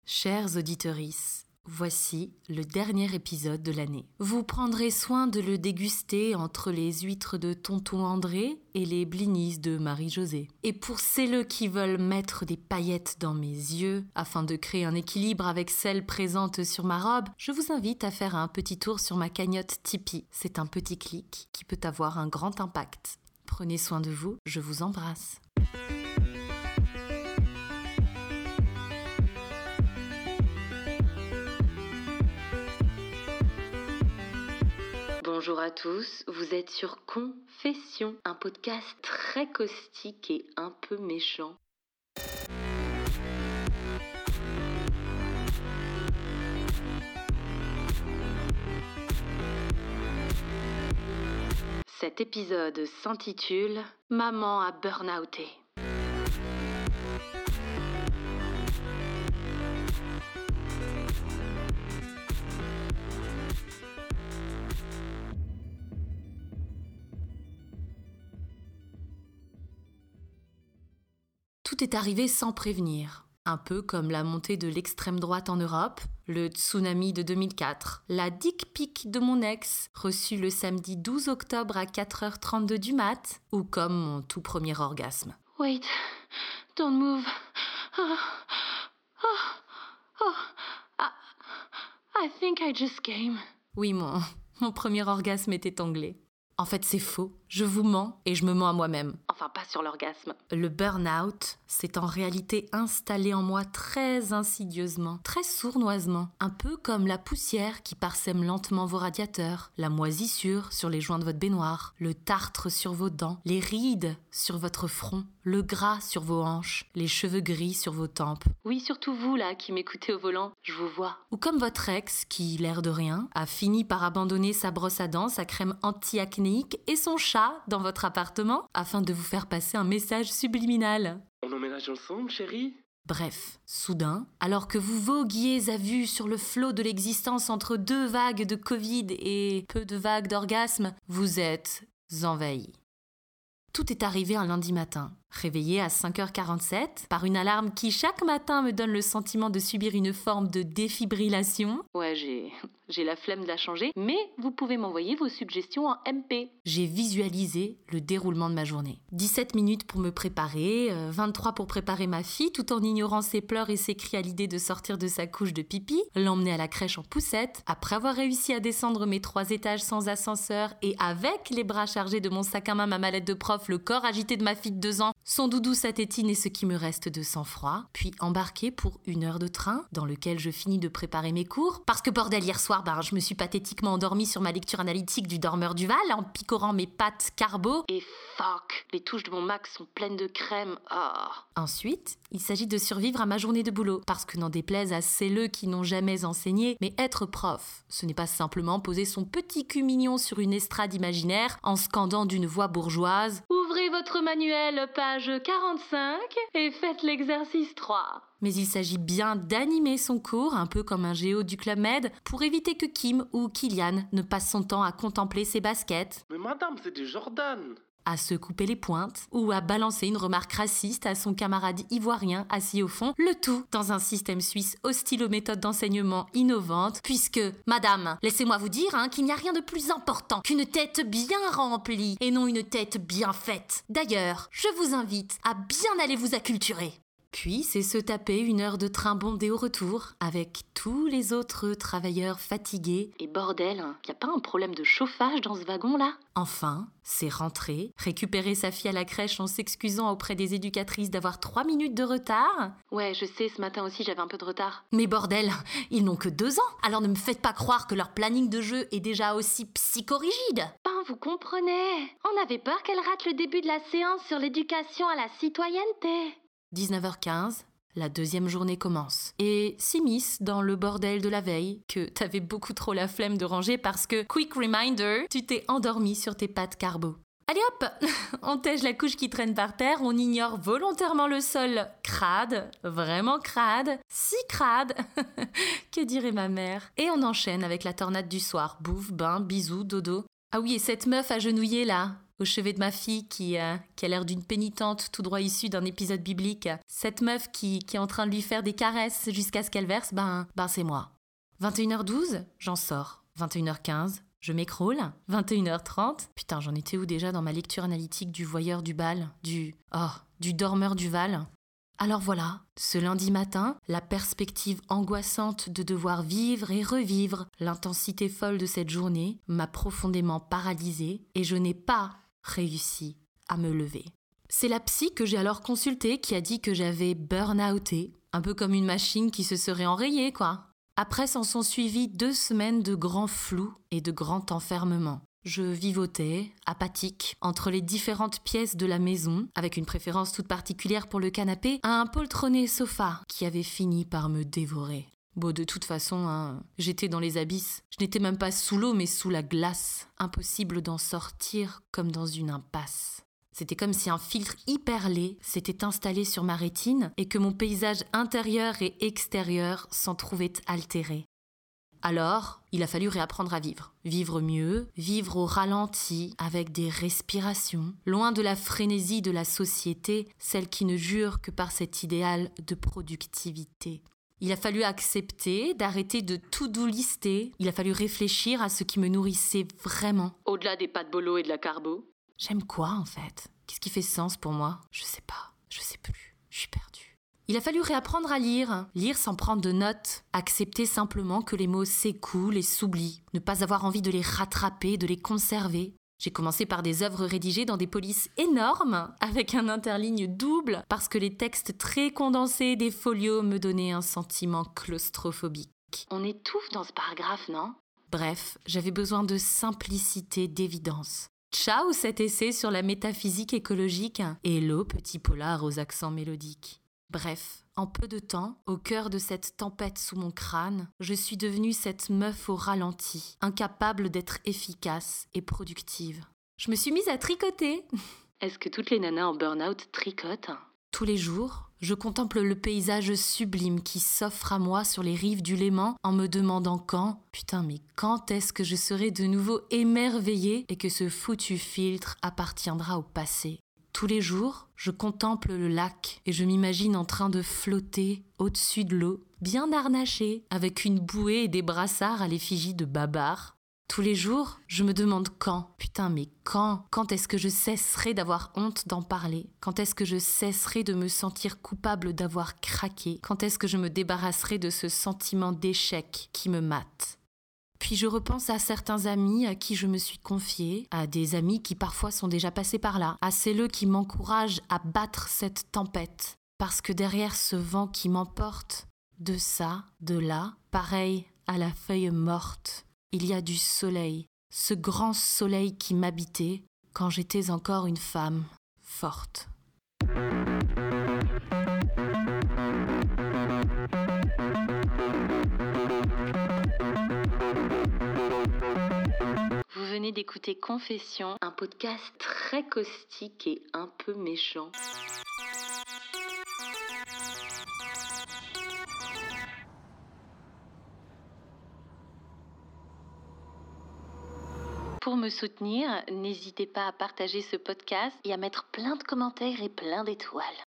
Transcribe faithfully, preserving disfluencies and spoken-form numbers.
Chères auditrices, voici le dernier épisode de l'année. Vous prendrez soin de le déguster entre les huîtres de Tonton André et les blinis de Marie-Josée. Et pour celles qui veulent mettre des paillettes dans mes yeux, afin de créer un équilibre avec celles présentes sur ma robe, je vous invite à faire un petit tour sur ma cagnotte Tipeee. C'est un petit clic qui peut avoir un grand impact. Prenez soin de vous, je vous embrasse. Bonjour à tous, vous êtes sur Confession, un podcast très caustique et un peu méchant. Cet épisode s'intitule « Maman a burn-outé ». Tout est arrivé sans prévenir. Un peu comme la montée de l'extrême droite en Europe, le tsunami de deux mille quatre, la dick pic de mon ex, reçue le samedi douze octobre à quatre heures trente-deux du mat, ou comme mon tout premier orgasme. Wait, don't move. Oh, oh, oh, I, I think I just came. Oui, mon, mon premier orgasme est anglais. En fait, c'est faux. Je vous mens et je me mens à moi-même. Enfin, pas sur l'orgasme. Le burn-out, c'est en réalité installé en moi très insidieusement, très sournoisement. Un peu comme la poussière qui parsème lentement vos radiateurs, la moisissure sur les joints de votre baignoire, le tartre sur vos dents, les rides sur votre front, le gras sur vos hanches, les cheveux gris sur vos tempes. Oui, surtout vous, là, qui m'écoutez au volant, je vous vois. Ou comme votre ex, qui, l'air de rien, a fini par abandonner sa brosse à dents, sa crème anti-acnéique et son chat dans votre appartement, afin de vous faire passer un message subliminal. On emménage ensemble, chérie ? Bref, soudain, alors que vous voguiez à vue sur le flot de l'existence entre deux vagues de Covid et peu de vagues d'orgasme, vous êtes envahi. Tout est arrivé un lundi matin, réveillée à cinq heures quarante-sept par une alarme qui chaque matin me donne le sentiment de subir une forme de défibrillation. Ouais, j'ai, j'ai la flemme de la changer, mais vous pouvez m'envoyer vos suggestions en M P. J'ai visualisé le déroulement de ma journée. dix-sept minutes pour me préparer, euh, vingt-trois pour préparer ma fille, tout en ignorant ses pleurs et ses cris à l'idée de sortir de sa couche de pipi, l'emmener à la crèche en poussette, après avoir réussi à descendre mes trois étages sans ascenseur et avec les bras chargés de mon sac à main, ma mallette de prof, le corps agité de ma fille de deux ans, son doudou, sa tétine et ce qui me reste de sang-froid, puis embarquer pour une heure de train dans lequel je finis de préparer mes cours. Parce que bordel, hier soir, ben, je me suis pathétiquement endormie sur ma lecture analytique du Dormeur du Val en picorant mes pâtes carbo. Et fuck, les touches de mon Mac sont pleines de crème. Oh. Ensuite, il s'agit de survivre à ma journée de boulot. Parce que n'en déplaise à celles qui n'ont jamais enseigné, mais être prof, ce n'est pas simplement poser son petit cul mignon sur une estrade imaginaire en scandant d'une voix bourgeoise « Ouvrez votre manuel, page quarante-cinq, et faites l'exercice trois ». Mais il s'agit bien d'animer son cours, un peu comme un géo du Club Med, pour éviter que Kim ou Kylian ne passe son temps à contempler ses baskets. Mais madame, c'est des Jordan. À se couper les pointes, ou à balancer une remarque raciste à son camarade ivoirien assis au fond, le tout dans un système suisse hostile aux méthodes d'enseignement innovantes, puisque, madame, laissez-moi vous dire hein, qu'il n'y a rien de plus important qu'une tête bien remplie, et non une tête bien faite. D'ailleurs, je vous invite à bien aller vous acculturer. Puis, c'est se taper une heure de train bondé au retour, avec tous les autres travailleurs fatigués. Et bordel, y a pas un problème de chauffage dans ce wagon-là ? Enfin, c'est rentrer, récupérer sa fille à la crèche en s'excusant auprès des éducatrices d'avoir trois minutes de retard. Ouais, je sais, ce matin aussi j'avais un peu de retard. Mais bordel, ils n'ont que deux ans, alors ne me faites pas croire que leur planning de jeu est déjà aussi psychorigide. Ben, vous comprenez, on avait peur qu'elle rate le début de la séance sur l'éducation à la citoyenneté. dix-neuf heures quinze, la deuxième journée commence. Et s'immisce dans le bordel de la veille, que t'avais beaucoup trop la flemme de ranger parce que, quick reminder, tu t'es endormi sur tes pâtes carbo. Allez hop, on tège la couche qui traîne par terre, on ignore volontairement le sol crade, vraiment crade, si crade, que dirait ma mère. Et on enchaîne avec la tornade du soir, bouffe, bain, bisous, dodo. Ah oui, et cette meuf agenouillée là, au chevet de ma fille qui, euh, qui a l'air d'une pénitente tout droit issue d'un épisode biblique. Cette meuf qui, qui est en train de lui faire des caresses jusqu'à ce qu'elle verse, ben, ben c'est moi. vingt et une heures douze, j'en sors. vingt et une heures quinze, je m'écroule. vingt et une heures trente, putain, j'en étais où déjà dans ma lecture analytique du voyeur du bal, du... Oh, du dormeur du Val. Alors voilà, ce lundi matin, la perspective angoissante de devoir vivre et revivre l'intensité folle de cette journée m'a profondément paralysée et je n'ai pas réussi à me lever. C'est la psy que j'ai alors consultée qui a dit que j'avais burn-outé, un peu comme une machine qui se serait enrayée, quoi. Après s'en sont suivies deux semaines de grand flou et de grand enfermement. Je vivotais, apathique, entre les différentes pièces de la maison, avec une préférence toute particulière pour le canapé, à un poltronné sofa qui avait fini par me dévorer. Bon, de toute façon, hein, j'étais dans les abysses. Je n'étais même pas sous l'eau, mais sous la glace. Impossible d'en sortir comme dans une impasse. C'était comme si un filtre hyper laid s'était installé sur ma rétine et que mon paysage intérieur et extérieur s'en trouvait altéré. Alors, il a fallu réapprendre à vivre. Vivre mieux, vivre au ralenti, avec des respirations, loin de la frénésie de la société, celle qui ne jure que par cet idéal de productivité. Il a fallu accepter d'arrêter de tout-do lister. Il a fallu réfléchir à ce qui me nourrissait vraiment. Au-delà des pâtes bolo et de la carbo. J'aime quoi, en fait? Qu'est-ce qui fait sens pour moi? Je sais pas, je sais plus, je suis perdue. Il a fallu réapprendre à lire, lire sans prendre de notes, accepter simplement que les mots s'écoulent et s'oublient, ne pas avoir envie de les rattraper, de les conserver. J'ai commencé par des œuvres rédigées dans des polices énormes, avec un interligne double, parce que les textes très condensés des folios me donnaient un sentiment claustrophobique. On étouffe dans ce paragraphe, non? Bref, j'avais besoin de simplicité, d'évidence. Ciao cet essai sur la métaphysique écologique, hello petit polar aux accents mélodiques. Bref, en peu de temps, au cœur de cette tempête sous mon crâne, je suis devenue cette meuf au ralenti, incapable d'être efficace et productive. Je me suis mise à tricoter. Est-ce que toutes les nanas en burn-out tricotent? Tous les jours, je contemple le paysage sublime qui s'offre à moi sur les rives du Léman en me demandant quand, putain mais quand est-ce que je serai de nouveau émerveillée et que ce foutu filtre appartiendra au passé. Tous les jours, je contemple le lac et je m'imagine en train de flotter au-dessus de l'eau, bien harnaché, avec une bouée et des brassards à l'effigie de Babar. Tous les jours, je me demande quand, putain mais quand, quand est-ce que je cesserai d'avoir honte d'en parler? Quand est-ce que je cesserai de me sentir coupable d'avoir craqué? Quand est-ce que je me débarrasserai de ce sentiment d'échec qui me mate? Puis je repense à certains amis à qui je me suis confiée, à des amis qui parfois sont déjà passés par là, à celles qui m'encouragent à battre cette tempête. Parce que derrière ce vent qui m'emporte, de ça, de là, pareil à la feuille morte, il y a du soleil, ce grand soleil qui m'habitait quand j'étais encore une femme forte. Vous venez d'écouter Confession, un podcast très caustique et un peu méchant. Pour me soutenir, n'hésitez pas à partager ce podcast et à mettre plein de commentaires et plein d'étoiles.